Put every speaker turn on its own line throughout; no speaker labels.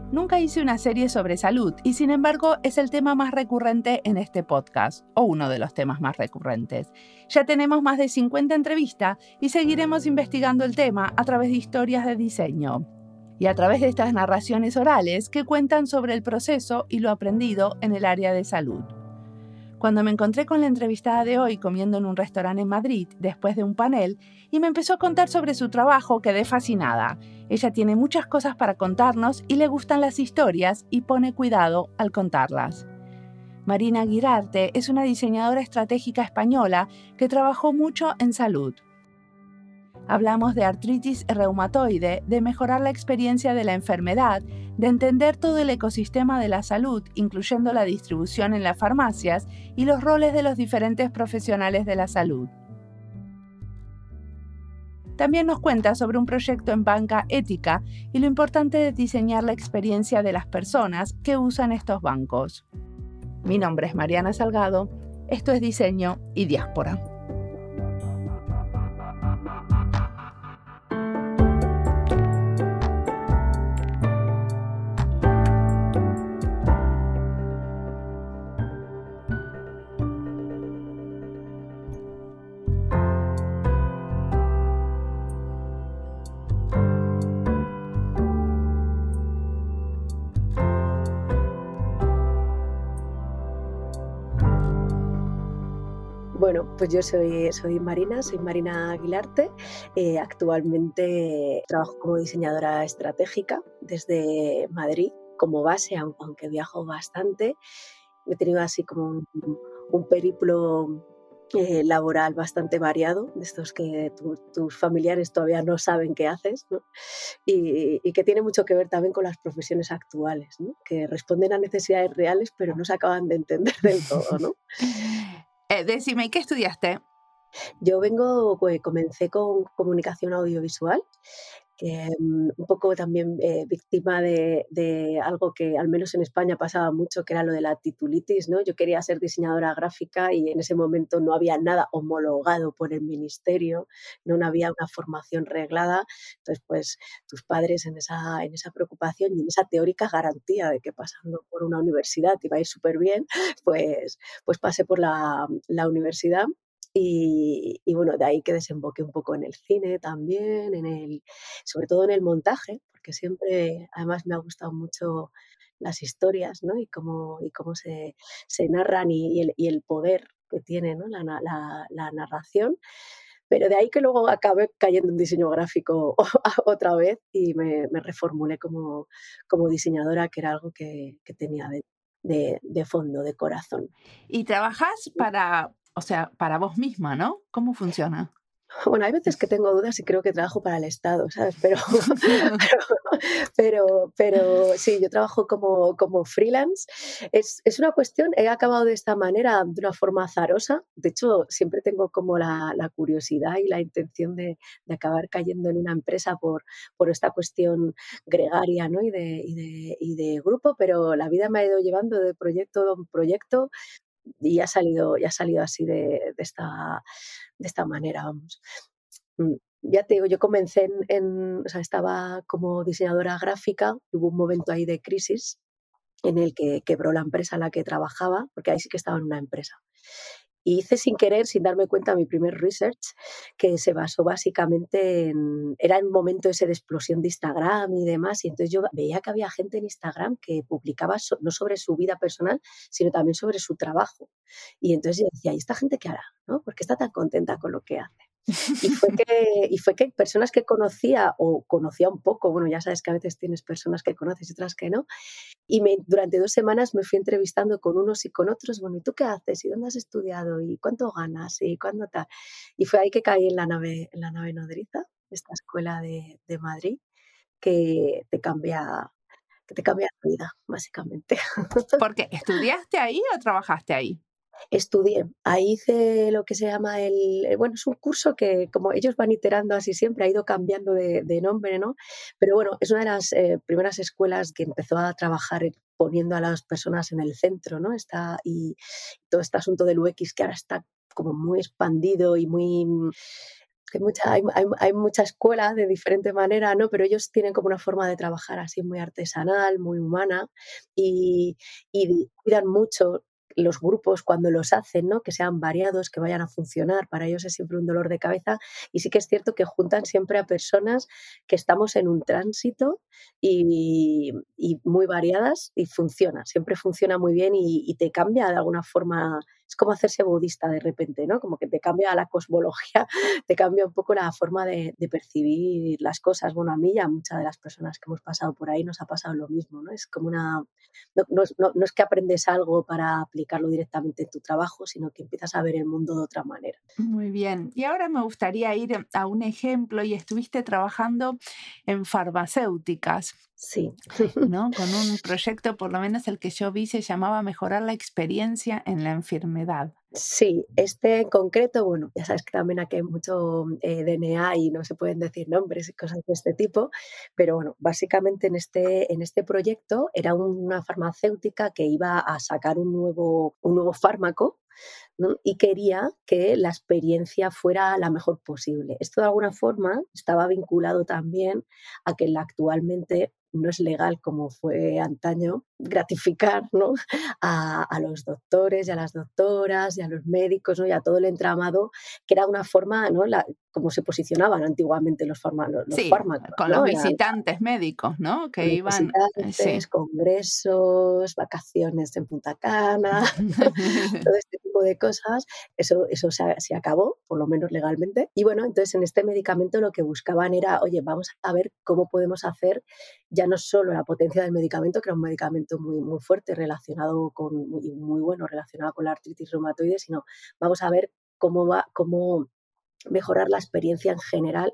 Nunca hice una serie sobre salud y sin embargo es el tema más recurrente en este podcast, o uno de los temas más recurrentes. Ya tenemos más de 50 entrevistas y seguiremos investigando el tema a través de historias de diseño y a través de estas narraciones orales que cuentan sobre el proceso y lo aprendido en el área de salud. Cuando me encontré con la entrevistada de hoy comiendo en un restaurante en Madrid después de un panel y me empezó a contar sobre su trabajo, quedé fascinada. Ella tiene muchas cosas para contarnos y le gustan las historias y pone cuidado al contarlas. Marina Guilarte es una diseñadora estratégica española que trabajó mucho en salud. Hablamos de artritis reumatoide, de mejorar la experiencia de la enfermedad, de entender todo el ecosistema de la salud, incluyendo la distribución en las farmacias y los roles de los diferentes profesionales de la salud. También nos cuenta sobre un proyecto en banca ética y lo importante de diseñar la experiencia de las personas que usan estos bancos. Mi nombre es Mariana Salgado, esto es Diseño y Diáspora.
Bueno, pues yo soy Marina Guilarte. Actualmente trabajo como diseñadora estratégica desde Madrid como base, aunque viajo bastante. He tenido así como un periplo laboral bastante variado, de estos que tus familiares todavía no saben qué haces, ¿no? Y que tiene mucho que ver también con las profesiones actuales, ¿no? Que responden a necesidades reales, pero no se acaban de entender del todo, ¿no?
Decime, ¿qué estudiaste?
Yo comencé con comunicación audiovisual, que un poco también víctima de algo que al menos en España pasaba mucho, que era lo de la titulitis, ¿no? Yo quería ser diseñadora gráfica y en ese momento no había nada homologado por el ministerio, no había una formación reglada. Entonces, pues tus padres en esa preocupación y en esa teórica garantía de que pasando por una universidad te iba a ir súper bien, pues pasé por la universidad. Y bueno, de ahí que desemboqué un poco en el cine también, sobre todo en el montaje, porque siempre, además me ha gustado mucho las historias, ¿no? Y cómo se narran y el poder que tiene, ¿no? La narración. Pero de ahí que luego acabé cayendo en diseño gráfico otra vez y me reformulé como diseñadora, que era algo que tenía de fondo, de corazón.
Y trabajás para vos misma, ¿no? ¿Cómo funciona?
Bueno, hay veces que tengo dudas y creo que trabajo para el Estado, ¿sabes? Pero sí, yo trabajo como freelance. Es una cuestión, he acabado de esta manera, de una forma azarosa. De hecho, siempre tengo como la curiosidad y la intención de acabar cayendo en una empresa por esta cuestión gregaria, ¿no? Y de grupo, pero la vida me ha ido llevando de proyecto en proyecto y ha salido así de esta manera, vamos. Ya te digo, yo comencé o sea, estaba como diseñadora gráfica, hubo un momento ahí de crisis en el que quebró la empresa en la que trabajaba, porque ahí sí que estaba en una empresa. Y hice sin querer, sin darme cuenta, mi primer research, que se basó básicamente era el momento ese de explosión de Instagram y demás, y entonces yo veía que había gente en Instagram que publicaba no sobre su vida personal, sino también sobre su trabajo. Y entonces yo decía, ¿y esta gente qué hará? ¿No? ¿Por qué está tan contenta con lo que hace? Y fue que personas que conocía o conocía un poco, bueno, ya sabes que a veces tienes personas que conoces y otras que no, y durante 2 semanas me fui entrevistando con unos y con otros, bueno, ¿y tú qué haces? ¿Y dónde has estudiado? ¿Y cuánto ganas? ¿Y cuándo tal? Y fue ahí que caí en la nave nodriza, esta escuela de Madrid, que te cambia la vida, básicamente.
¿Porque estudiaste ahí o trabajaste ahí?
Estudié, ahí hice lo que se llama bueno, es un curso que como ellos van iterando así siempre, ha ido cambiando de nombre, ¿no? Pero bueno, es una de las primeras escuelas que empezó a trabajar poniendo a las personas en el centro, ¿no? Y todo este asunto del UX que ahora está como muy expandido y muy Hay mucha escuela de diferente manera, ¿no? Pero ellos tienen como una forma de trabajar así muy artesanal, muy humana y cuidan mucho los grupos cuando los hacen, ¿no? Que sean variados, que vayan a funcionar. Para ellos es siempre un dolor de cabeza y sí que es cierto que juntan siempre a personas que estamos en un tránsito y muy variadas y funciona, siempre funciona muy bien y te cambia de alguna forma. Es como hacerse budista de repente, ¿no? Como que te cambia la cosmología, te cambia un poco la forma de percibir las cosas. Bueno, a mí y a muchas de las personas que hemos pasado por ahí nos ha pasado lo mismo, ¿no? Es como una... No es que aprendes algo para aplicarlo directamente en tu trabajo, sino que empiezas a ver el mundo de otra manera.
Muy bien. Y ahora me gustaría ir a un ejemplo y estuviste trabajando en farmacéuticas,
Sí.
¿no? Con un proyecto, por lo menos el que yo vi, se llamaba Mejorar la experiencia en la enfermedad.
Sí, este en concreto, bueno, ya sabes que también aquí hay mucho DNA y no se pueden decir nombres y cosas de este tipo, pero bueno, básicamente en este proyecto era una farmacéutica que iba a sacar un nuevo fármaco, ¿no? Y quería que la experiencia fuera la mejor posible. Esto de alguna forma estaba vinculado también a que actualmente no es legal como fue antaño gratificar, ¿no? A los doctores y a las doctoras y a los médicos, ¿no? Y a todo el entramado, que era una forma, ¿no? Como se posicionaban antiguamente los
Sí,
fármacos,
con los
¿no? Eran
visitantes médicos, ¿no? Que
los
iban, sí.
visitantes, congresos, vacaciones en Punta Cana, todo este tipo de cosas, eso se acabó, por lo menos legalmente. Y bueno, entonces en este medicamento lo que buscaban era, oye, vamos a ver cómo podemos hacer ya no solo la potencia del medicamento, que era un medicamento muy, muy fuerte relacionado y muy bueno relacionado con la artritis reumatoide, sino vamos a ver cómo mejorar la experiencia en general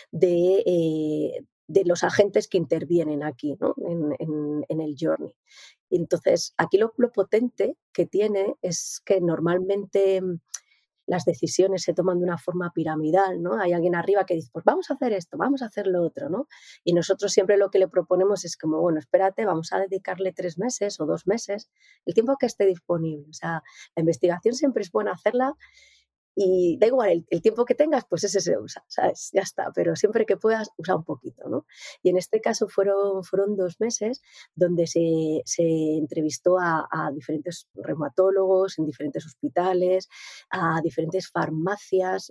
de los agentes que intervienen aquí, ¿no? En el journey. Y entonces, aquí lo potente que tiene es que normalmente las decisiones se toman de una forma piramidal, ¿no? Hay alguien arriba que dice, pues vamos a hacer esto, vamos a hacer lo otro, ¿no? Y nosotros siempre lo que le proponemos es como, bueno, espérate, vamos a dedicarle 3 meses o 2 meses, el tiempo que esté disponible. O sea, la investigación siempre es buena hacerla y da igual, el tiempo que tengas, pues ese se usa, ¿sabes? Ya está, pero siempre que puedas, usa un poquito, ¿no? Y en este caso fueron 2 meses donde se entrevistó a diferentes reumatólogos en diferentes hospitales, a diferentes farmacias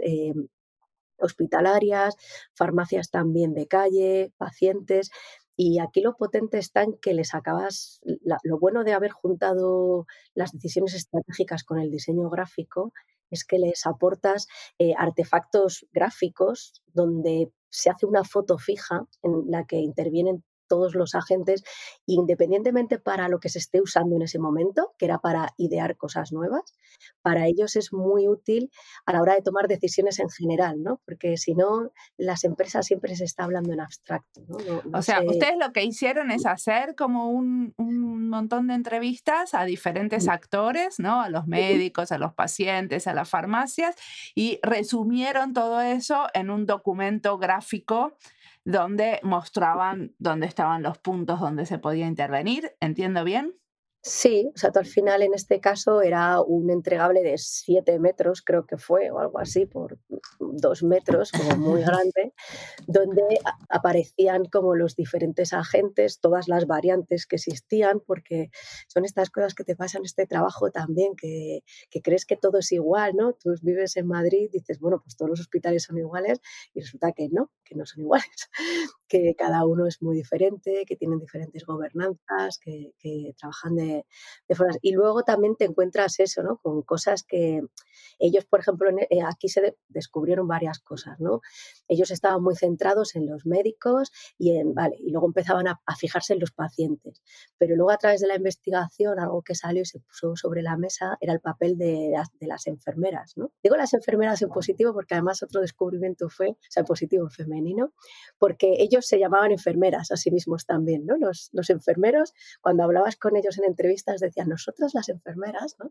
hospitalarias, farmacias también de calle, pacientes. Y aquí lo potente está en que les acabas, lo bueno de haber juntado las decisiones estratégicas con el diseño gráfico es que les aportas artefactos gráficos donde se hace una foto fija en la que intervienen todos los agentes, independientemente para lo que se esté usando en ese momento, que era para idear cosas nuevas, para ellos es muy útil a la hora de tomar decisiones en general, ¿no? Porque si no, las empresas siempre se está hablando en abstracto, ¿no? No,
O
no
sea,
se...
ustedes lo que hicieron es hacer como un montón de entrevistas a diferentes actores, ¿no? A los médicos, a los pacientes, a las farmacias, y resumieron todo eso en un documento gráfico donde mostraban dónde estaban los puntos donde se podía intervenir. ¿Entiendo bien?
Sí, o sea, tú al final en este caso era un entregable de 7 metros, creo que fue, o algo así, por 2 metros, como muy grande, donde aparecían como los diferentes agentes, todas las variantes que existían, porque son estas cosas que te pasan en este trabajo también, que crees que todo es igual, ¿no? Tú vives en Madrid, dices, bueno, pues todos los hospitales son iguales, y resulta que no son iguales, que cada uno es muy diferente, que tienen diferentes gobernanzas, que trabajan de formas. Y luego también te encuentras eso, ¿no? Con cosas que ellos, por ejemplo, aquí se descubrieron varias cosas, ¿no? Ellos estaban muy centrados en los médicos vale, y luego empezaban a fijarse en los pacientes. Pero luego a través de la investigación, algo que salió y se puso sobre la mesa era el papel de las enfermeras, ¿no? Digo las enfermeras en positivo porque además otro descubrimiento fue, o sea, en positivo en femenino, porque ellos se llamaban enfermeras a sí mismos también, ¿no? Los enfermeros, cuando hablabas con ellos en entrevistas, decían, nosotras las enfermeras, ¿no?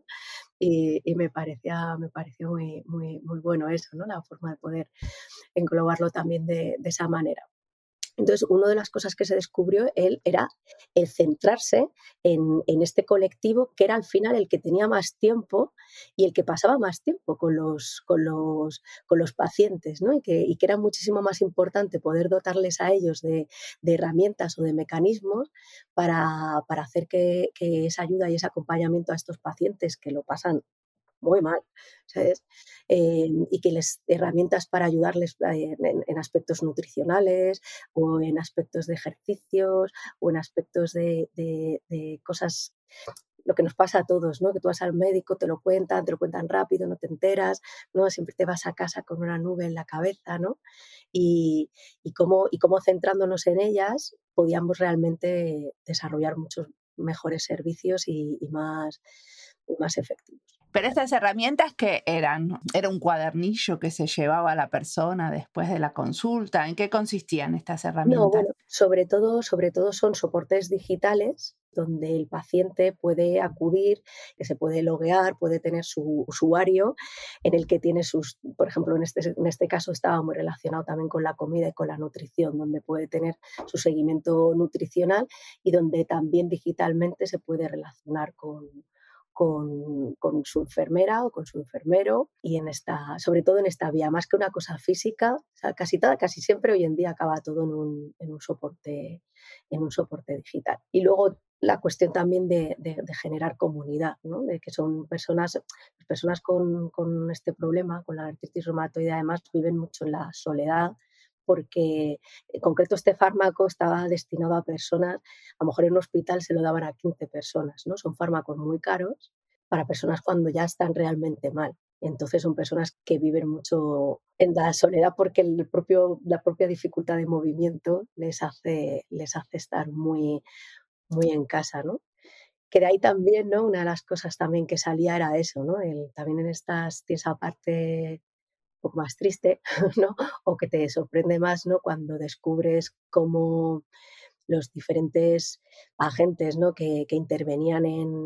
Y me pareció muy, muy, muy bueno eso, ¿no? La forma de poder englobarlo también de esa manera. Entonces, una de las cosas que se descubrió él era el centrarse en este colectivo, que era al final el que tenía más tiempo y el que pasaba más tiempo con los pacientes, ¿no? Y que era muchísimo más importante poder dotarles a ellos de herramientas o de mecanismos para hacer que esa ayuda y ese acompañamiento a estos pacientes que lo pasan muy mal, ¿sabes? Y que les herramientas para ayudarles en aspectos nutricionales o en aspectos de ejercicios o en aspectos de cosas, lo que nos pasa a todos, ¿no? Que tú vas al médico, te lo cuentan rápido, no te enteras, ¿no? Siempre te vas a casa con una nube en la cabeza, ¿no? Y cómo centrándonos en ellas podíamos realmente desarrollar muchos mejores servicios y más efectivos.
Pero estas herramientas que eran, ¿era un cuadernillo que se llevaba a la persona después de la consulta? ¿En qué consistían estas
No,
herramientas?
bueno, sobre todo son soportes digitales donde el paciente puede acudir, que se puede loguear, puede tener su usuario en el que tiene sus, por ejemplo, en este caso estaba muy relacionado también con la comida y con la nutrición, donde puede tener su seguimiento nutricional y donde también digitalmente se puede relacionar con su enfermera o con su enfermero y sobre todo en esta vía, más que una cosa física, o sea, casi siempre hoy en día acaba todo en un soporte digital. Y luego la cuestión también de generar comunidad, ¿no? De que son personas con este problema, con la artritis reumatoide, además viven mucho en la soledad, porque en concreto este fármaco estaba destinado a personas, a lo mejor en un hospital se lo daban a 15 personas, ¿no? Son fármacos muy caros para personas cuando ya están realmente mal. Entonces son personas que viven mucho en la soledad porque la propia dificultad de movimiento les hace estar muy, muy en casa, ¿no? Que de ahí también, ¿no? Una de las cosas también que salía era eso, ¿no? También tienes esa parte un poco más triste, ¿no? O que te sorprende más, ¿no? Cuando descubres cómo los diferentes agentes, ¿no? que intervenían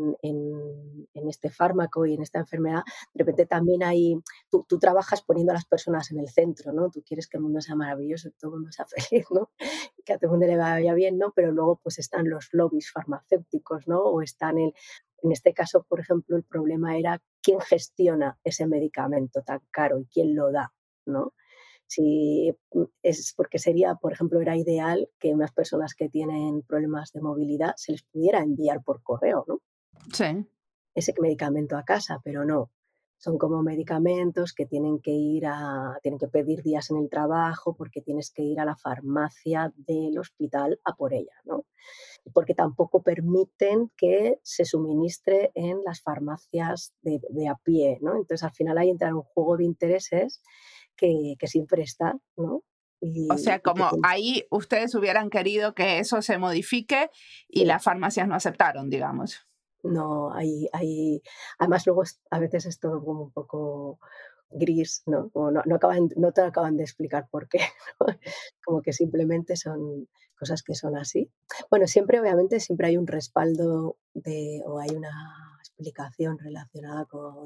en este fármaco y en esta enfermedad, de repente también tú trabajas poniendo a las personas en el centro, ¿no? Tú quieres que el mundo sea maravilloso, que todo el mundo sea feliz, ¿no? Que a todo el mundo le vaya bien, ¿no? Pero luego pues están los lobbies farmacéuticos, ¿no? O en este caso, por ejemplo, el problema era quién gestiona ese medicamento tan caro y quién lo da, ¿no? Si es porque sería, por ejemplo, era ideal que unas personas que tienen problemas de movilidad se les pudiera enviar por correo, ¿no?
Sí.
Ese medicamento a casa, pero no. Son como medicamentos que tienen que pedir días en el trabajo porque tienes que ir a la farmacia del hospital a por ella, ¿no? Porque tampoco permiten que se suministre en las farmacias de a pie, ¿no? Entonces, al final ahí entra un juego de intereses que siempre está, ¿no?
O sea,
Y que
como
tienes
ahí ustedes hubieran querido que eso se modifique y
sí,
las farmacias no aceptaron, digamos.
no, además luego a veces es todo como un poco gris, ¿no? Como no te acaban de explicar por qué, ¿no? Como que simplemente son cosas que son así. Bueno, obviamente, siempre hay un respaldo o hay una explicación relacionada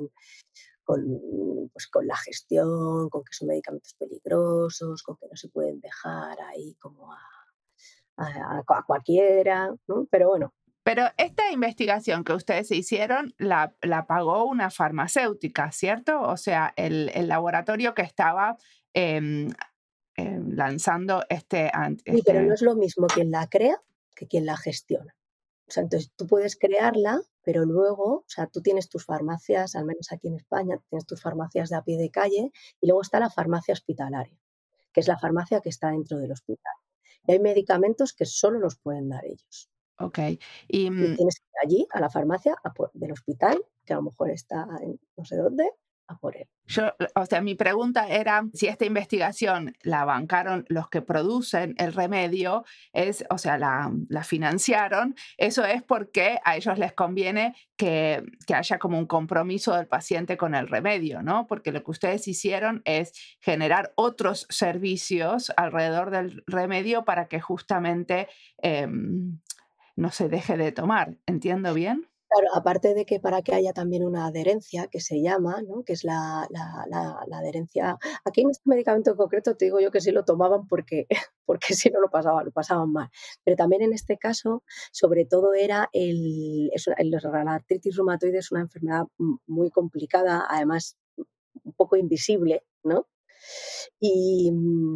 con la gestión, con que son medicamentos peligrosos, con que no se pueden dejar ahí como a cualquiera, ¿no? Pero bueno,
Pero esta investigación que ustedes hicieron la pagó una farmacéutica, ¿cierto? O sea, el laboratorio que estaba em, lanzando
sí, pero no es lo mismo quien la crea que quien la gestiona. O sea, entonces tú puedes crearla, pero luego, o sea, tú tienes tus farmacias, al menos aquí en España, tienes tus farmacias de a pie de calle y luego está la farmacia hospitalaria, que es la farmacia que está dentro del hospital. Y hay medicamentos que solo los pueden dar ellos.
ok. Y,
Y tienes que ir allí, a la farmacia del hospital, que a lo mejor está en no sé dónde, a por él.
o sea, mi pregunta era si esta investigación la bancaron los que producen el remedio, o sea, la financiaron, eso es porque a ellos les conviene que haya como un compromiso del paciente con el remedio, ¿no? Porque lo que ustedes hicieron es generar otros servicios alrededor del remedio para que justamente no se deje de tomar. ¿Entiendo bien?
Claro, aparte de que para que haya también una adherencia, que se llama, ¿no? Que es la adherencia. Aquí en este medicamento en concreto te digo yo que sí lo tomaban porque porque si no lo pasaban mal. Pero también en este caso, sobre todo era la artritis reumatoide es una enfermedad muy complicada, además un poco invisible, ¿no? Y,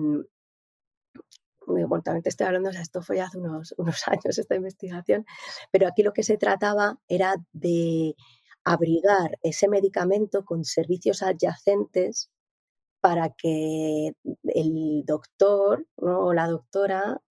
bueno, también te estoy hablando, o sea, esto fue ya hace unos años esta investigación, pero aquí lo que se trataba era de abrigar ese medicamento con servicios adyacentes para que el doctor, ¿no? O la doctora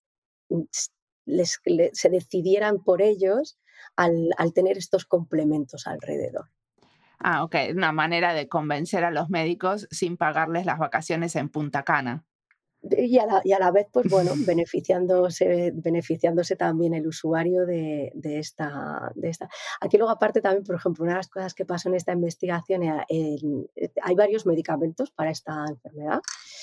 se decidieran por ellos al tener estos complementos alrededor.
Ah, ok, una manera de convencer a los médicos sin pagarles las vacaciones en Punta Cana.
Y a la vez, pues bueno, beneficiándose también el usuario de esta. Aquí luego aparte también, por ejemplo, una de las cosas que pasó en esta investigación hay varios medicamentos para esta enfermedad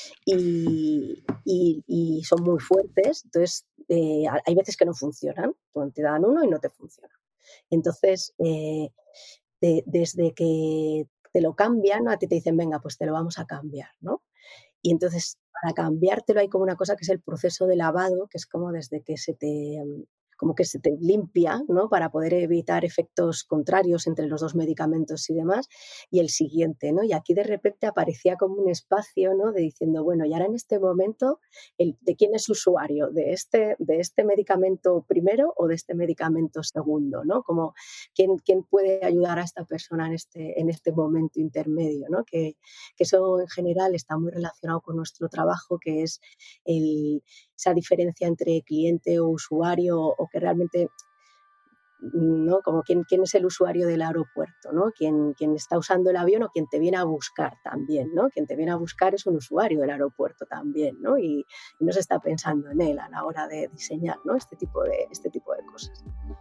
y son muy fuertes, entonces, hay veces que no funcionan, te dan uno y no te funciona. Entonces, desde que te lo cambian, ¿no? A ti te dicen: "Venga, pues te lo vamos a cambiar", ¿no? Y entonces, para cambiártelo hay como una cosa que es el proceso de lavado, que es como desde que como que se te limpia, ¿no? Para poder evitar efectos contrarios entre los 2 medicamentos y demás, y el siguiente, ¿no? Y aquí de repente aparecía como un espacio, ¿no? De diciendo, bueno, y ahora en este momento, ¿de quién es usuario? ¿De este medicamento primero o de este medicamento segundo, ¿no? Como, ¿quién puede ayudar a esta persona en este momento intermedio, ¿no? Que eso en general está muy relacionado con nuestro trabajo, que es esa diferencia entre cliente o usuario, o que realmente, ¿no? Como quién es el usuario del aeropuerto, ¿no? Quién está usando el avión o quien te viene a buscar también, ¿no? Quien te viene a buscar es un usuario del aeropuerto también, ¿no? Y no se está pensando en él a la hora de diseñar, ¿no? Este tipo de cosas.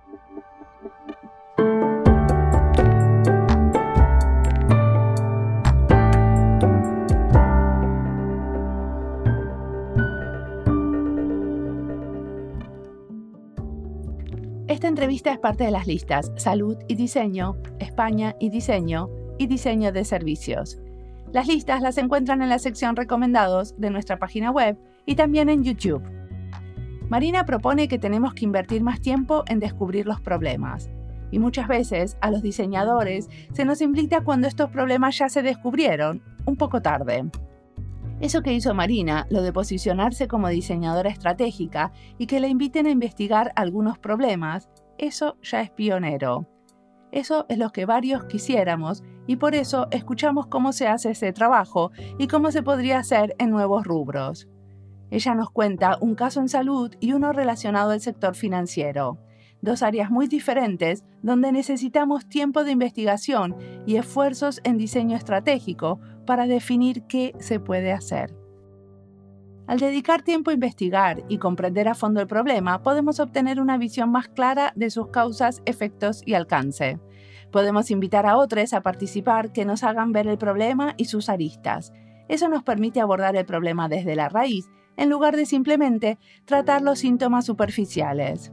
Esta entrevista es parte de las listas Salud y Diseño, España y Diseño de Servicios. Las listas las encuentran en la sección Recomendados de nuestra página web y también en YouTube. Marina propone que tenemos que invertir más tiempo en descubrir los problemas. Y muchas veces a los diseñadores se nos invita cuando estos problemas ya se descubrieron, un poco tarde. Eso que hizo Marina, lo de posicionarse como diseñadora estratégica y que la inviten a investigar algunos problemas, eso ya es pionero. Eso es lo que varios quisiéramos y por eso escuchamos cómo se hace ese trabajo y cómo se podría hacer en nuevos rubros. Ella nos cuenta un caso en salud y uno relacionado al sector financiero. 2 áreas muy diferentes donde necesitamos tiempo de investigación y esfuerzos en diseño estratégico para definir qué se puede hacer. Al dedicar tiempo a investigar y comprender a fondo el problema, podemos obtener una visión más clara de sus causas, efectos y alcance. Podemos invitar a otros a participar que nos hagan ver el problema y sus aristas. Eso nos permite abordar el problema desde la raíz, en lugar de simplemente tratar los síntomas superficiales.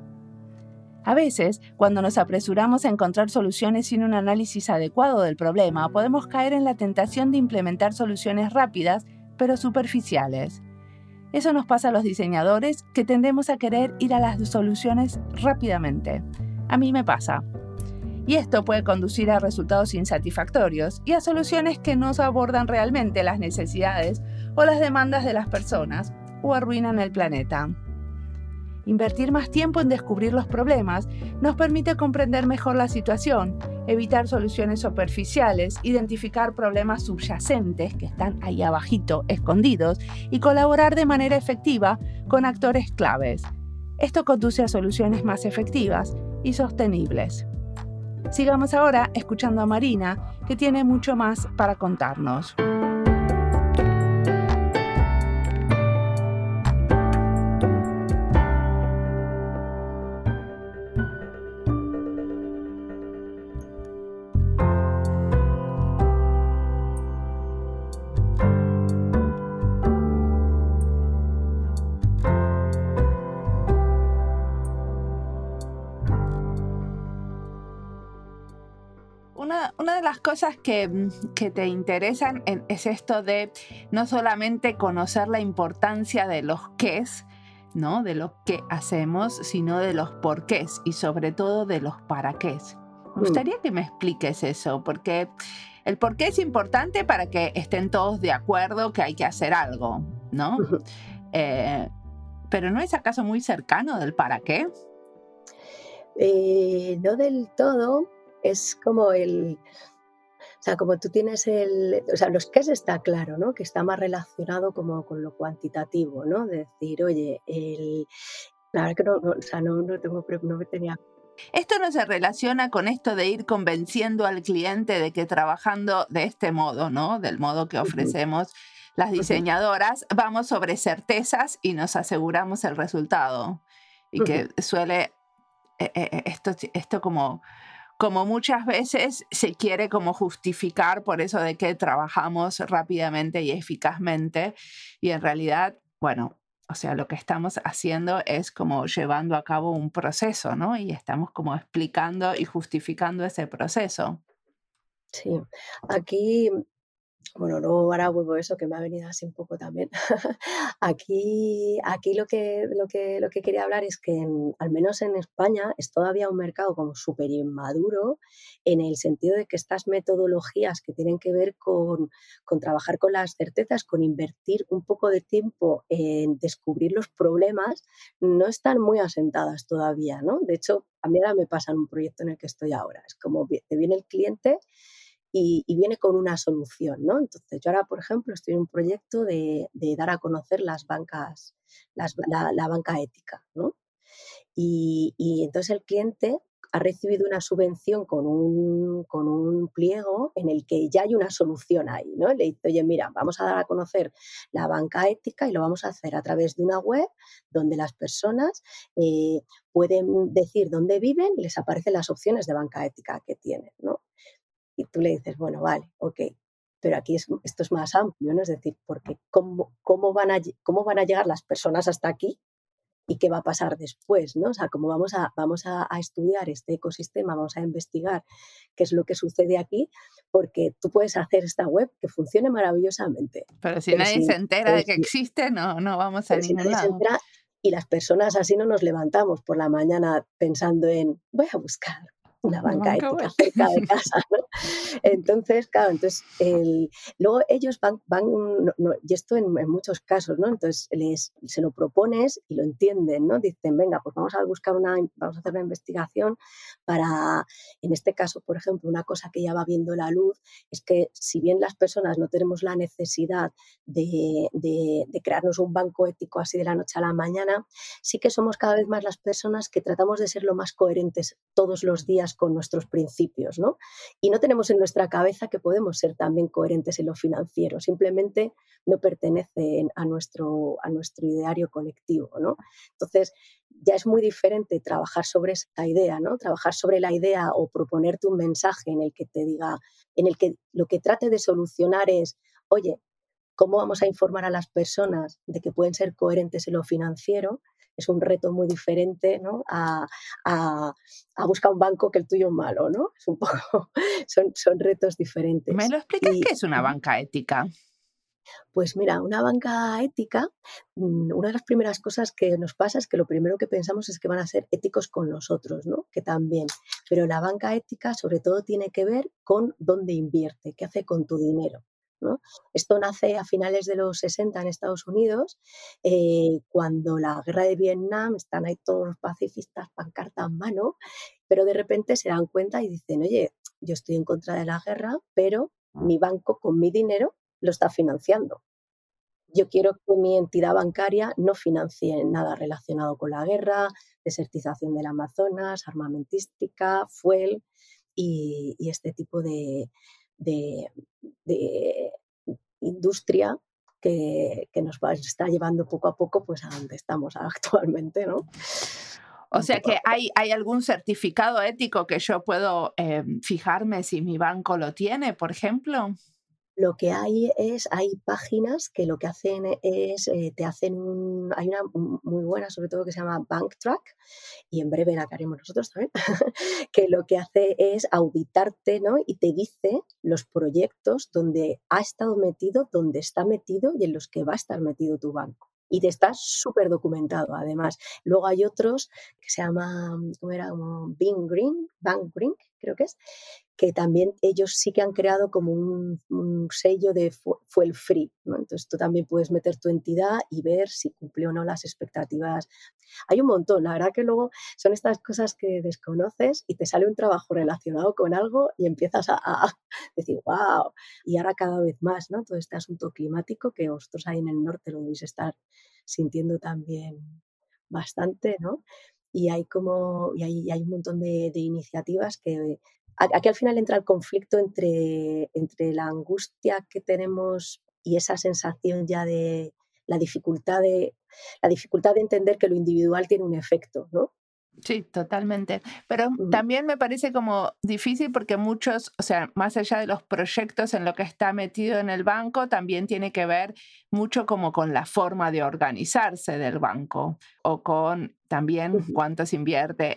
A veces, cuando nos apresuramos a encontrar soluciones sin un análisis adecuado del problema, podemos caer en la tentación de implementar soluciones rápidas, pero superficiales. Eso nos pasa a los diseñadores, que tendemos a querer ir a las soluciones rápidamente. A mí me pasa. Y esto puede conducir a resultados insatisfactorios y a soluciones que no abordan realmente las necesidades o las demandas de las personas o arruinan el planeta. Invertir más tiempo en descubrir los problemas nos permite comprender mejor la situación, evitar soluciones superficiales, identificar problemas subyacentes que están ahí abajito, escondidos, y colaborar de manera efectiva con actores claves. Esto conduce a soluciones más efectivas y sostenibles. Sigamos ahora escuchando a Marina, que tiene mucho más para contarnos. una de las cosas que te interesan es esto de no solamente conocer la importancia de los qués, ¿no? De lo que hacemos, sino de los porqués y sobre todo de los para qués. Me gustaría que me expliques eso, porque el porqué es importante para que estén todos de acuerdo que hay que hacer algo, ¿no? Pero ¿no es acaso muy cercano del para qué?
No del todo, es como o sea, como tú tienes o sea, los qués está claro, ¿no? Que está más relacionado como con lo cuantitativo, ¿no? De decir, oye, la verdad que o sea, no me tenía.
Esto no se relaciona con esto de ir convenciendo al cliente de que trabajando de este modo, ¿no? Del modo que
Ujú,
ofrecemos las
ujú,
diseñadoras, vamos sobre certezas y nos aseguramos el resultado. Y
ujú.
que suele, esto como muchas veces se quiere como justificar por eso de que trabajamos rápidamente y eficazmente y en realidad, bueno, o sea, lo que estamos haciendo es como llevando a cabo un proceso, ¿no? Y estamos como explicando y justificando ese proceso.
Sí, aquí, bueno, luego ahora vuelvo a eso que me ha venido así un poco también. Aquí lo que quería hablar es que al menos en España es todavía un mercado como súper inmaduro en el sentido de que estas metodologías que tienen que ver con trabajar con las certezas, con invertir un poco de tiempo en descubrir los problemas, no están muy asentadas todavía, ¿no? De hecho, a mí ahora me pasa en un proyecto en el que estoy ahora. Es como te viene el cliente y viene con una solución, ¿no? Entonces, yo ahora, por ejemplo, estoy en un proyecto de dar a conocer las bancas, la banca ética, ¿no? Y entonces el cliente ha recibido una subvención con un pliego en el que ya hay una solución ahí, ¿no? Le dice, oye, mira, vamos a dar a conocer la banca ética y lo vamos a hacer a través de una web donde las personas pueden decir dónde viven y les aparecen las opciones de banca ética que tienen, ¿no? Y tú le dices, bueno, vale, ok, pero aquí esto es más amplio, ¿no? Es decir, porque ¿cómo van a llegar las personas hasta aquí y qué va a pasar después, ¿no? O sea, cómo vamos a estudiar este ecosistema, vamos a investigar qué es lo que sucede aquí, porque tú puedes hacer esta web que funcione maravillosamente,
Pero si
pero
nadie se
si,
entera
pero
de que
si,
existe, no vamos a
pero si
ningún
nadie se
lado.
entera y las personas así no nos levantamos por la mañana pensando en, voy a buscar una
Una
banca
banca
ética
web.
cerca de casa, ¿no? Entonces, claro, luego ellos van y esto en muchos casos, ¿no? Entonces se lo propones y lo entienden, ¿no? Dicen, venga, pues vamos a hacer una investigación para, en este caso, por ejemplo, una cosa que ya va viendo la luz es que si bien las personas no tenemos la necesidad de crearnos un banco ético así de la noche a la mañana, sí que somos cada vez más las personas que tratamos de ser lo más coherentes todos los días con nuestros principios, ¿no? Y no tenemos en nuestra cabeza que podemos ser también coherentes en lo financiero, simplemente no pertenecen a nuestro ideario colectivo, ¿no? Entonces, ya es muy diferente trabajar sobre esa idea, ¿no? Trabajar sobre la idea o proponerte un mensaje en el que te diga, en el que lo que trate de solucionar es, oye, ¿cómo vamos a informar a las personas de que pueden ser coherentes en lo financiero? Es un reto muy diferente, ¿no? A buscar un banco que el tuyo es malo, ¿no? Es un poco, son retos
¿Me
diferentes.
lo explicas
Y
qué es una banca ética?
pues mira, una banca ética, una de las primeras cosas que nos pasa es que lo primero que pensamos es que van a ser éticos con nosotros, ¿no? Que también. Pero la banca ética sobre todo tiene que ver con dónde invierte, qué hace con tu dinero, ¿no? Esto nace a finales de los 60 en Estados Unidos, cuando la guerra de Vietnam, están ahí todos los pacifistas, pancarta en mano, pero de repente se dan cuenta y dicen, oye, yo estoy en contra de la guerra, pero mi banco con mi dinero lo está financiando. Yo quiero que mi entidad bancaria no financie nada relacionado con la guerra, desertización del Amazonas, armamentística, fuel y este tipo de, de industria que nos está llevando poco a poco pues, a donde estamos actualmente, ¿no?
O
Un
sea
poco
que
por ahí.
hay algún certificado ético que yo puedo fijarme si mi banco lo tiene, por ejemplo.
Lo que hay páginas que lo que hacen es, te hacen hay una muy buena, sobre todo, que se llama BankTrack, y en breve la que haremos nosotros también, que lo que hace es auditarte, ¿no? Y te dice los proyectos donde ha estado metido, donde está metido y en los que va a estar metido tu banco. Y te está súper documentado, además. Luego hay otros que se llaman, ¿cómo era? Como Bank Green, creo que también ellos sí que han creado como un sello de fuel free, ¿no? Entonces tú también puedes meter tu entidad y ver si cumple o no las expectativas. Hay un montón, la verdad que luego son estas cosas que desconoces y te sale un trabajo relacionado con algo y empiezas a decir, wow, y ahora cada vez más, ¿no? Todo este asunto climático que vosotros ahí en el norte lo debéis estar sintiendo también bastante, ¿no? Y hay un montón de iniciativas que aquí al final entra el conflicto entre la angustia que tenemos y esa sensación ya de la dificultad de la dificultad de entender que lo individual tiene un efecto, ¿no?
Sí, totalmente. Pero
Mm,
también me parece como difícil porque muchos, o sea, más allá de los proyectos en lo que está metido en el banco, también tiene que ver mucho como con la forma de organizarse del banco o con también
ujú.
cuánto se invierte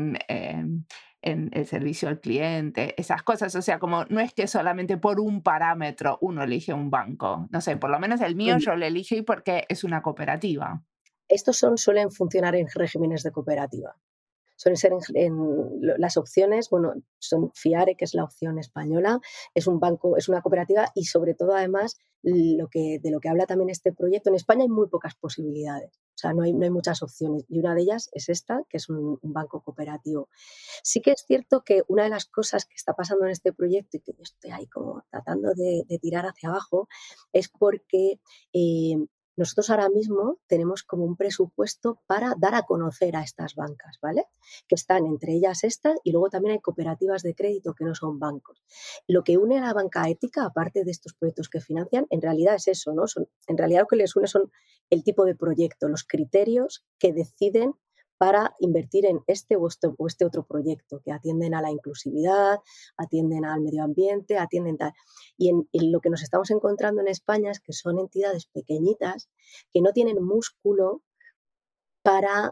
en el servicio al cliente, esas cosas. O sea, como no es que solamente por un parámetro uno elige un banco. No sé, por lo menos el mío
Mm.
yo lo elegí porque es una cooperativa.
Estos suelen funcionar en regímenes de cooperativa. Suelen ser las opciones, bueno, son Fiare, que es la opción española, es un banco, es una cooperativa y sobre todo además de lo que habla también este proyecto, en España hay muy pocas posibilidades, o sea, no hay muchas opciones y una de ellas es esta, que es un banco cooperativo. Sí que es cierto que una de las cosas que está pasando en este proyecto y que yo estoy ahí como tratando de tirar hacia abajo es porque eh, nosotros ahora mismo tenemos como un presupuesto para dar a conocer a estas bancas, ¿vale? Que están entre ellas estas y luego también hay cooperativas de crédito que no son bancos. Lo que une a la banca ética, aparte de estos proyectos que financian, en realidad es eso, ¿no? En realidad lo que les une son el tipo de proyecto, los criterios que deciden para invertir en este otro proyecto, que atienden a la inclusividad, atienden al medio ambiente, atienden tal. Y en lo que nos estamos encontrando en España es que son entidades pequeñitas que no tienen músculo para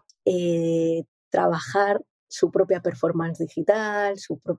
trabajar su propia performance digital,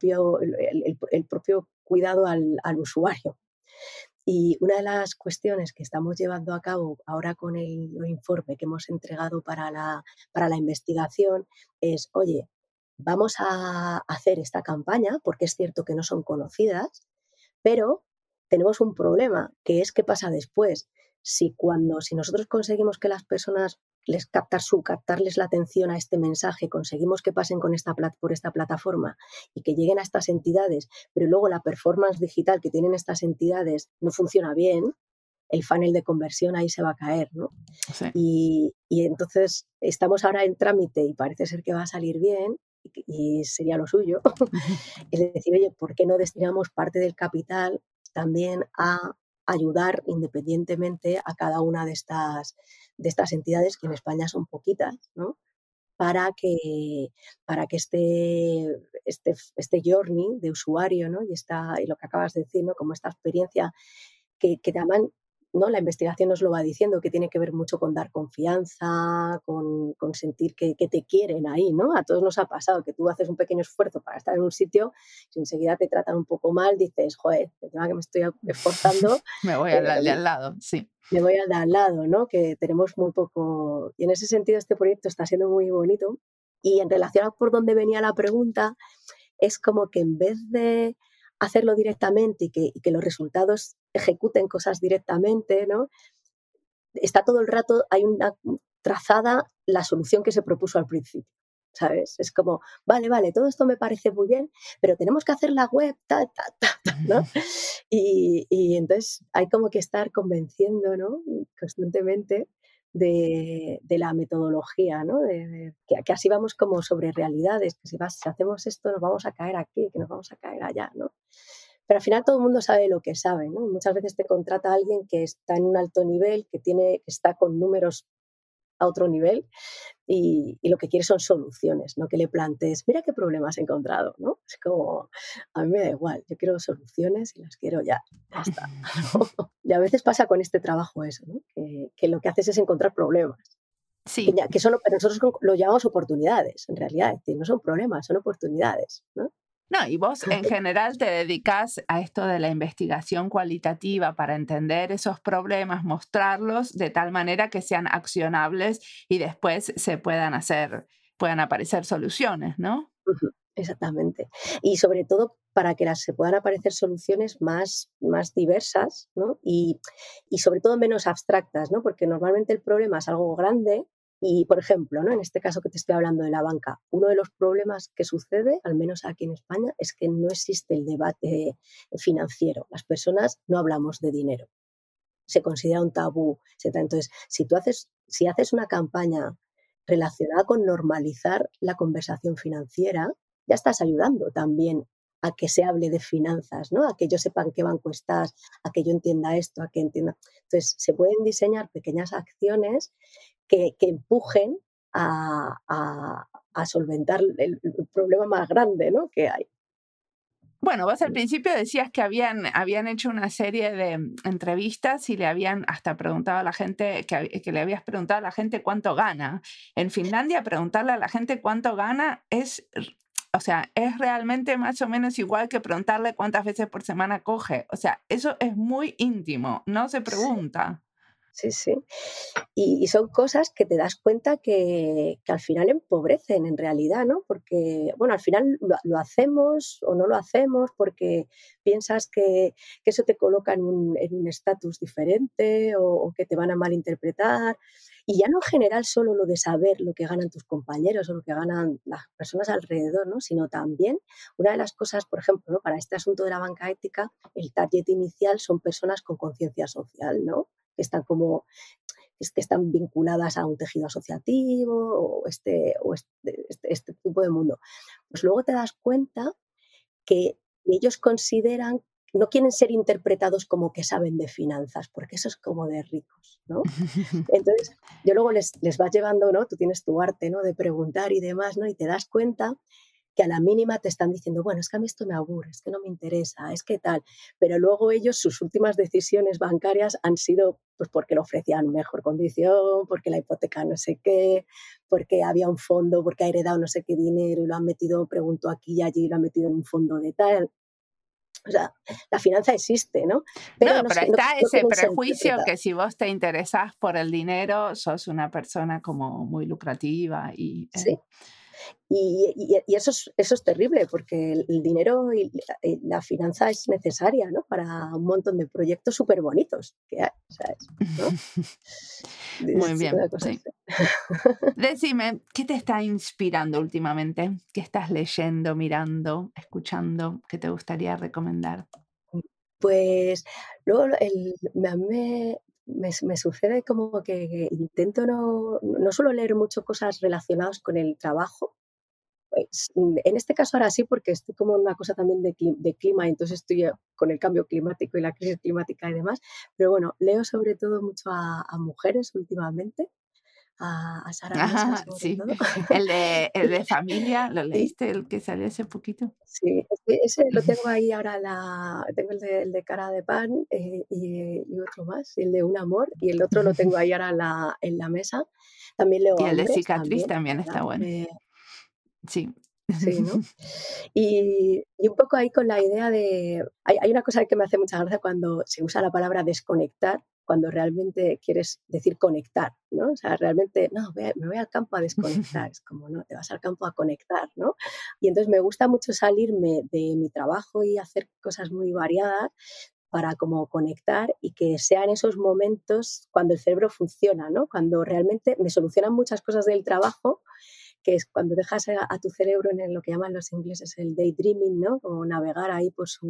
el propio cuidado al usuario. Y una de las cuestiones que estamos llevando a cabo ahora con el informe que hemos entregado para la investigación es, oye, vamos a hacer esta campaña, porque es cierto que no son conocidas, pero tenemos un problema, que es qué pasa después. Si nosotros conseguimos que las personas captarles la atención a este mensaje, conseguimos que pasen por esta plataforma y que lleguen a estas entidades, pero luego la performance digital que tienen estas entidades no funciona bien, el funnel de conversión ahí se va a caer, ¿no?
Sí.
Y entonces estamos ahora en trámite y parece ser que va a salir bien y sería lo suyo. Es decir, oye, ¿por qué no destinamos parte del capital también a ayudar independientemente a cada una de estas entidades, que en España son poquitas, ¿no? Para que, para que este journey de usuario, ¿no? Y lo que acabas de decir, ¿no? Como esta experiencia que además, ¿no? La investigación nos lo va diciendo, que tiene que ver mucho con dar confianza, con sentir que te quieren ahí, ¿no? A todos nos ha pasado que tú haces un pequeño esfuerzo para estar en un sitio, si enseguida te tratan un poco mal, dices, joder, encima que me estoy esforzando,
Me voy
eh,
al de al lado, sí.
me voy al de al lado, ¿no? Que tenemos muy poco. Y en ese sentido, este proyecto está siendo muy bonito. Y en relación a por dónde venía la pregunta, es como que en vez de hacerlo directamente y que los resultados ejecuten cosas directamente, ¿no? Está todo el rato, hay una trazada la solución que se propuso al principio, ¿sabes? Es como, vale, vale, todo esto me parece muy bien, pero tenemos que hacer la web, ta, ta, ta, ta, ¿no? Y entonces hay como que estar convenciendo, ¿no? Constantemente de la metodología, ¿no? Que así vamos como sobre realidades, que si hacemos esto nos vamos a caer aquí, que nos vamos a caer allá, ¿no? Pero al final todo el mundo sabe lo que sabe, ¿no? Muchas veces te contrata alguien que está en un alto nivel, que está con números a otro nivel y lo que quiere son soluciones, no que le plantees, mira qué problema has encontrado, ¿no? Es como, a mí me da igual, yo quiero soluciones y las quiero ya, ya está. Y a veces pasa con este trabajo eso, ¿no? Que lo que haces es encontrar problemas.
Sí.
Pero nosotros lo llamamos oportunidades, en realidad, es decir, no son problemas, son oportunidades, ¿no?
No, y vos en general te dedicas a esto de la investigación cualitativa para entender esos problemas, mostrarlos de tal manera que sean accionables y después puedan aparecer soluciones, ¿no?
Ujú, exactamente. Y sobre todo para que se puedan aparecer soluciones más diversas, ¿no? Y sobre todo menos abstractas, ¿no? Porque normalmente el problema es algo grande y, por ejemplo, ¿no? En este caso que te estoy hablando de la banca, uno de los problemas que sucede, al menos aquí en España, es que no existe el debate financiero. Las personas no hablamos de dinero. Se considera un tabú, etcétera. Entonces, si haces una campaña relacionada con normalizar la conversación financiera, ya estás ayudando también a que se hable de finanzas, ¿no? A que yo sepa en qué banco estás, a que yo entienda esto, a que entienda. Entonces, se pueden diseñar pequeñas acciones que empujen a solventar el problema más grande, ¿no? Que hay.
Bueno, vos al principio decías que habían hecho una serie de entrevistas y le habían hasta preguntado a la gente, que le habías preguntado a la gente cuánto gana. En Finlandia, preguntarle a la gente cuánto gana o sea, es realmente más o menos igual que preguntarle cuántas veces por semana coge. O sea, eso es muy íntimo, no se pregunta.
Sí, sí. Y son cosas que te das cuenta que al final empobrecen en realidad, ¿no? Porque, bueno, al final lo hacemos o no lo hacemos porque piensas que eso te coloca en un estatus diferente o que te van a malinterpretar. Y ya no en general solo lo de saber lo que ganan tus compañeros o lo que ganan las personas alrededor, ¿no? Sino también una de las cosas, por ejemplo, ¿no? Para este asunto de la banca ética, el target inicial son personas con conciencia social, ¿no? Que están como que están vinculadas a un tejido asociativo o este tipo de mundo. Pues luego te das cuenta que ellos consideran, no quieren ser interpretados como que saben de finanzas, porque eso es como de ricos, ¿no? Entonces, yo luego les vas llevando, ¿no? Tú tienes tu arte, ¿no? De preguntar y demás, ¿no? Y te das cuenta que a la mínima te están diciendo, bueno, es que a mí esto me aburre, es que no me interesa, es que tal. Pero luego ellos, sus últimas decisiones bancarias han sido pues porque le ofrecían mejor condición, porque la hipoteca no sé qué, porque había un fondo, porque ha heredado no sé qué dinero y lo han metido, preguntó aquí y allí, lo han metido en un fondo de tal. O sea, la finanza existe, ¿no?
No,
Pero no,
pero
no,
está
no
ese
quieren ser
prejuicio
interpretados.
que si vos te interesás por el dinero, sos una persona como muy lucrativa
Sí. Y eso es terrible, porque el dinero y la finanza es necesaria, ¿no? Para un montón de proyectos súper bonitos que hay, ¿sabes? ¿No?
Muy
Es
bien,
una cosa
sí.
así.
Decime, ¿qué te está inspirando últimamente? ¿Qué estás leyendo, mirando, escuchando? ¿Qué te gustaría recomendar?
Pues luego a mí me sucede como que intento no suelo leer mucho cosas relacionadas con el trabajo. Pues, en este caso ahora sí, porque estoy como en una cosa también de clima, y entonces estoy con el cambio climático y la crisis climática y demás. Pero bueno, leo sobre todo mucho a mujeres últimamente, a Sara Mesa
Ajá,
sobre
sí.
todo.
El de familia, ¿lo
Y
leíste? El que salió hace poquito.
sí, ese lo tengo ahí ahora, tengo el de Cara de Pan, y otro más, el de Un amor, y el otro lo tengo ahí ahora en la mesa. También leo
Y
a
el de
hombres,
cicatriz
también,
también
¿verdad?
está bueno. Sí.
Sí, ¿no? Y un poco ahí con la idea hay una cosa que me hace mucha gracia cuando se usa la palabra desconectar, cuando realmente quieres decir conectar, ¿no? O sea, realmente, no, me voy al campo a desconectar, es como, no, te vas al campo a conectar, ¿no? Y entonces me gusta mucho salirme de mi trabajo y hacer cosas muy variadas para como conectar y que sean esos momentos cuando el cerebro funciona, ¿no? Cuando realmente me solucionan muchas cosas del trabajo, que es cuando dejas a tu cerebro en lo que llaman los ingleses el daydreaming, ¿no? Como navegar ahí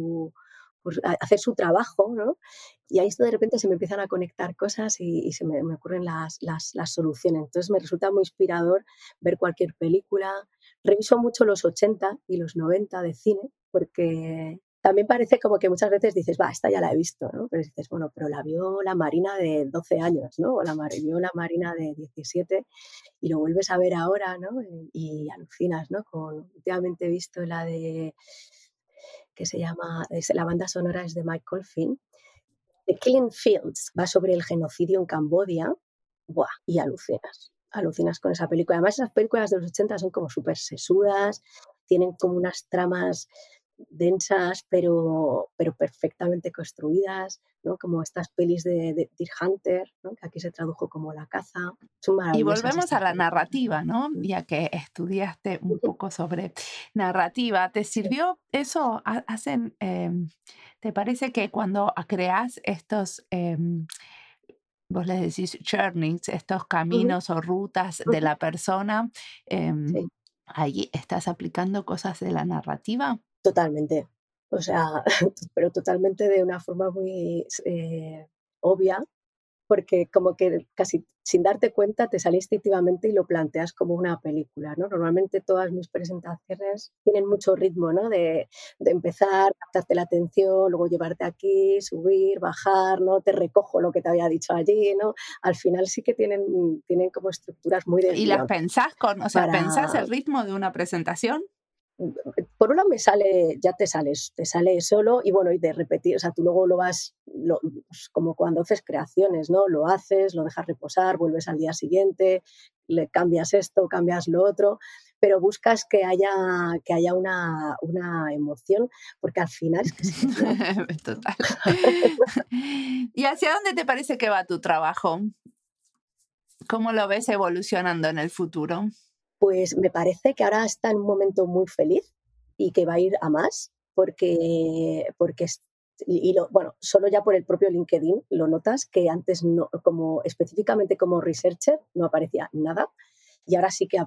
hacer su trabajo, ¿no? Y ahí de repente se me empiezan a conectar cosas y se me ocurren las soluciones. Entonces me resulta muy inspirador ver cualquier película. Reviso mucho los 80 y los 90 de cine porque también parece como que muchas veces dices, va, esta ya la he visto, ¿no? Pero dices, bueno, pero la vio la Marina de 12 años, ¿no? O vio la Marina de 17 y lo vuelves a ver ahora, ¿no? Y alucinas, ¿no? Últimamente he visto la de, que se llama, la banda sonora es de Mike Oldfield, The Killing Fields, va sobre el genocidio en Camboya. Buah, y alucinas con esa película. Además, esas películas de los 80 son como súper sesudas, tienen como unas tramas densas, pero perfectamente construidas, ¿no? Como estas pelis de Deer Hunter, ¿no? Que aquí se tradujo como La caza. Son
Y
maravillosas
volvemos a
estas
la
películas.
narrativa, ¿no?
Mm.
Ya que estudiaste un poco sobre narrativa, ¿te
Sí.
sirvió eso? ¿Te parece que cuando creas estos, vos les decís journeys, estos
Ujú,
caminos o rutas de
ujú.
la persona, em,
Sí,
ahí estás aplicando cosas de la narrativa?
totalmente. O sea, pero totalmente de una forma muy obvia, porque como que casi sin darte cuenta te sale instintivamente y lo planteas como una película, ¿no? Normalmente todas mis presentaciones tienen mucho ritmo, ¿no? De empezar, captarte la atención, luego llevarte aquí, subir, bajar, ¿no? Te recojo lo que te había dicho allí, ¿no? Al final sí que tienen como estructuras muy de
¿Y las
guión
pensás o sea, pensás
para
el ritmo de una presentación?
por un lado me sale, ya te sale solo y bueno, y de repetir, o sea, tú luego lo vas, pues como cuando haces creaciones, ¿no? Lo haces, lo dejas reposar, vuelves al día siguiente, le cambias esto, cambias lo otro, pero buscas que haya una emoción, porque al final es que si no,
Total. ¿Y hacia dónde te parece que va tu trabajo? ¿Cómo lo ves evolucionando en el futuro?
pues me parece que ahora está en un momento muy feliz y que va a ir a más, porque bueno, solo ya por el propio LinkedIn lo notas que antes no, como específicamente como researcher no aparecía nada y ahora sí que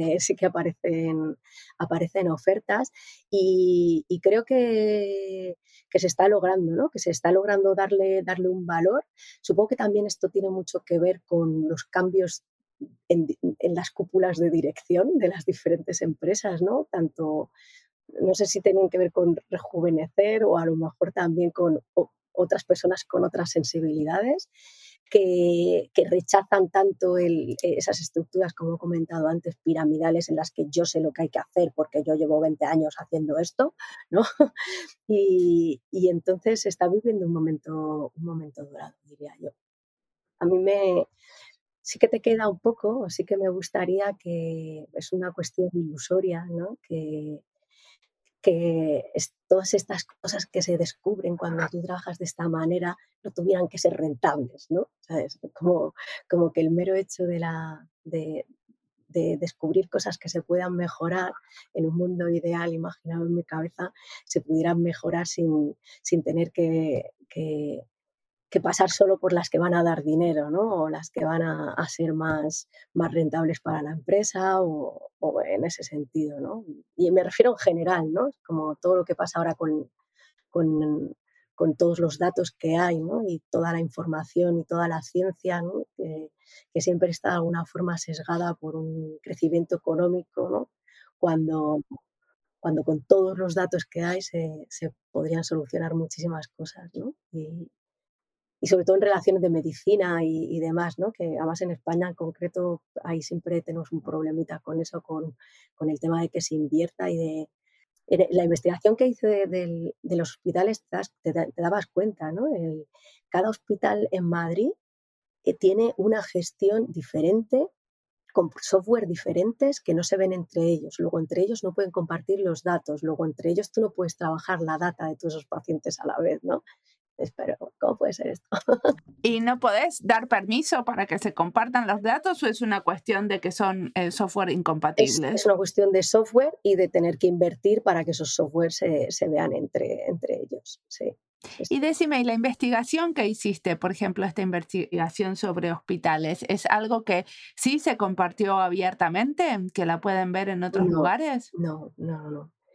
aparecen ofertas y creo que se está logrando, ¿no? Que se está logrando darle un valor. Supongo que también esto tiene mucho que ver con los cambios en las cúpulas de dirección de las diferentes empresas, ¿no? Tanto, no sé si tienen que ver con rejuvenecer o a lo mejor también con otras personas con otras sensibilidades que rechazan tanto esas estructuras, como he comentado antes, piramidales en las que yo sé lo que hay que hacer porque yo llevo 20 años haciendo esto, ¿no? Y entonces se está viviendo un momento dorado, diría yo. A mí sí que te queda un poco, o sí que me gustaría que es una cuestión ilusoria, ¿no? Todas estas cosas que se descubren cuando tú trabajas de esta manera no tuvieran que ser rentables, ¿no? ¿Sabes? Como que el mero hecho de descubrir cosas que se puedan mejorar en un mundo ideal imaginado en mi cabeza, se pudieran mejorar sin tener que pasar solo por las que van a dar dinero, ¿no? O las que van a ser más rentables para la empresa o en ese sentido, ¿no? Y me refiero en general, ¿no? Como todo lo que pasa ahora con, con todos los datos que hay, ¿no? Y toda la información y toda la ciencia, ¿no? Que siempre está de alguna forma sesgada por un crecimiento económico, ¿no? Cuando, cuando con todos los datos que hay se podrían solucionar muchísimas cosas, ¿no? Y sobre todo en relaciones de medicina y demás, ¿no? Que además en España en concreto ahí siempre tenemos un problemita con eso, con el tema de que se invierta la investigación que hice de los hospitales te dabas cuenta, ¿no? Cada hospital en Madrid tiene una gestión diferente, con software diferentes que no se ven entre ellos. Luego entre ellos no pueden compartir los datos. Luego entre ellos tú no puedes trabajar la data de todos esos pacientes a la vez, ¿no? Pero, ¿cómo puede ser esto?
¿Y no podés dar permiso para que se compartan los datos o es una cuestión de que son software
Es
incompatibles?
una cuestión de software y de tener que invertir para que esos softwares se vean entre ellos. Sí, sí,
Y
sí.
decime, ¿y la investigación que hiciste, por ejemplo, esta investigación sobre hospitales, es algo que sí se compartió abiertamente, que la pueden ver en otros
No,
lugares?
no, no, no.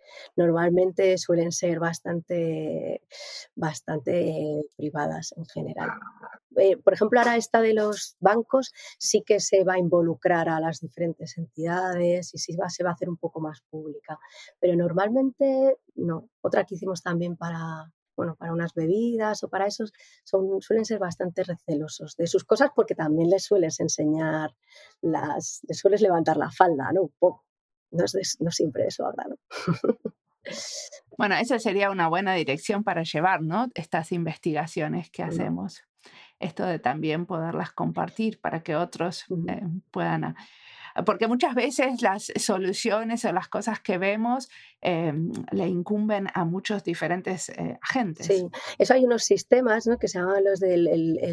Normalmente suelen ser bastante privadas en general. Por ejemplo, ahora esta de los bancos sí que se va a involucrar a las diferentes entidades y se va a hacer un poco más pública, pero normalmente no. Otra que hicimos también para unas bebidas o para esos, suelen ser bastante recelosos de sus cosas porque también les sueles enseñar, les sueles levantar la falda, ¿no? Un poco. No siempre de su agrado.
Bueno, esa sería una buena dirección para llevar, ¿no? Estas investigaciones que
No.
hacemos. Esto de también poderlas compartir para que otros puedan... Porque muchas veces las soluciones o las cosas que vemos le incumben a muchos diferentes agentes.
Sí, eso hay unos sistemas, ¿no?, que se llaman los del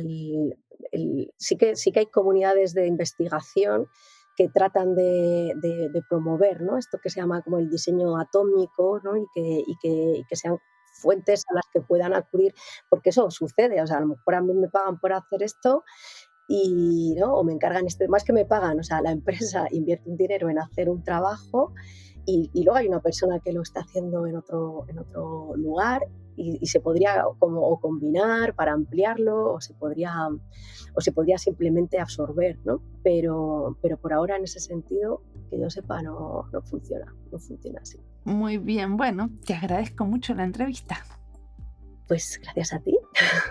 sí que hay comunidades de investigación que tratan de promover, ¿no?, esto que se llama como el diseño atómico, ¿no?, y que sean fuentes a las que puedan acudir, porque eso sucede, o sea, a lo mejor a mí me pagan por hacer esto y, ¿no?, o me encargan esto, más que me pagan, o sea, la empresa invierte un dinero en hacer un trabajo y luego hay una persona que lo está haciendo en otro lugar y se podría como combinar para ampliarlo o se podría simplemente absorber, ¿no? Pero por ahora en ese sentido, que yo sepa, no funciona así.
Muy bien, bueno, te agradezco mucho la entrevista.
Pues gracias a ti.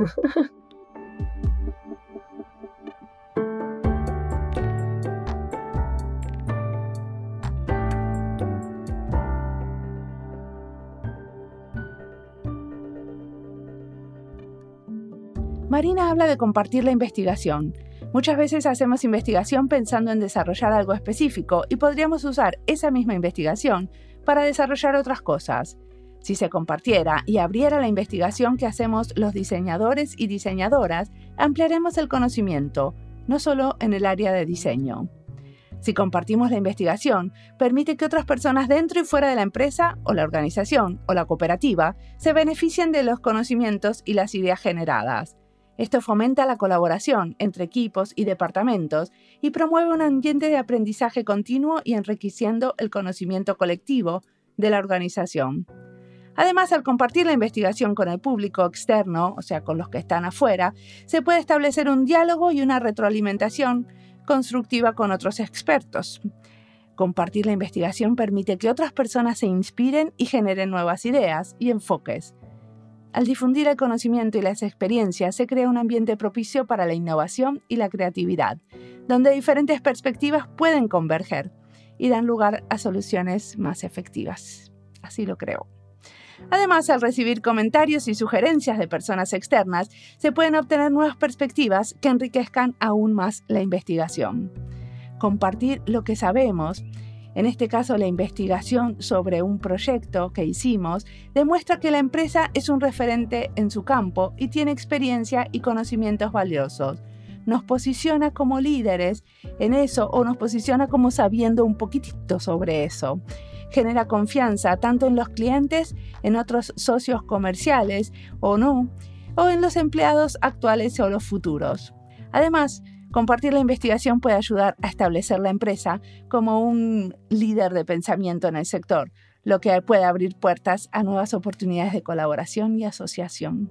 Marina habla de compartir la investigación. Muchas veces hacemos investigación pensando en desarrollar algo específico y podríamos usar esa misma investigación para desarrollar otras cosas. Si se compartiera y abriera la investigación que hacemos los diseñadores y diseñadoras, ampliaremos el conocimiento, no solo en el área de diseño. Si compartimos la investigación, permite que otras personas dentro y fuera de la empresa o la organización o la cooperativa se beneficien de los conocimientos y las ideas generadas. Esto fomenta la colaboración entre equipos y departamentos y promueve un ambiente de aprendizaje continuo y enriqueciendo el conocimiento colectivo de la organización. Además, al compartir la investigación con el público externo, o sea, con los que están afuera, se puede establecer un diálogo y una retroalimentación constructiva con otros expertos. Compartir la investigación permite que otras personas se inspiren y generen nuevas ideas y enfoques. Al difundir el conocimiento y las experiencias, se crea un ambiente propicio para la innovación y la creatividad, donde diferentes perspectivas pueden converger y dan lugar a soluciones más efectivas. Así lo creo. Además, al recibir comentarios y sugerencias de personas externas, se pueden obtener nuevas perspectivas que enriquezcan aún más la investigación. Compartir lo que sabemos, en este caso la investigación sobre un proyecto que hicimos, demuestra que la empresa es un referente en su campo y tiene experiencia y conocimientos valiosos. Nos posiciona como líderes en eso o nos posiciona como sabiendo un poquitito sobre eso. Genera confianza tanto en los clientes, en otros socios comerciales o no, o en los empleados actuales o los futuros. Además, compartir la investigación puede ayudar a establecer la empresa como un líder de pensamiento en el sector, lo que puede abrir puertas a nuevas oportunidades de colaboración y asociación.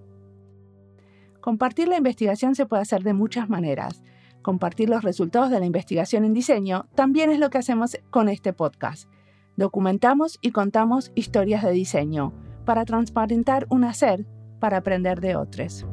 Compartir la investigación se puede hacer de muchas maneras. Compartir los resultados de la investigación en diseño también es lo que hacemos con este podcast. Documentamos y contamos historias de diseño para transparentar un hacer, para aprender de otros.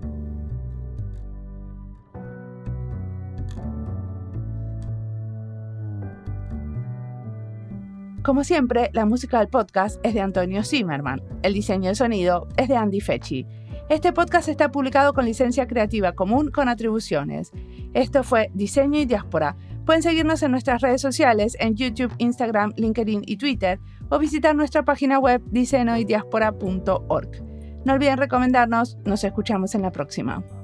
Como siempre, la música del podcast es de Antonio Zimmerman. El diseño de sonido es de Andy Fechi. Este podcast está publicado con licencia creativa común con atribuciones. Esto fue Diseño y Diáspora. Pueden seguirnos en nuestras redes sociales en YouTube, Instagram, LinkedIn y Twitter o visitar nuestra página web diseñoydiaspora.org. No olviden recomendarnos. Nos escuchamos en la próxima.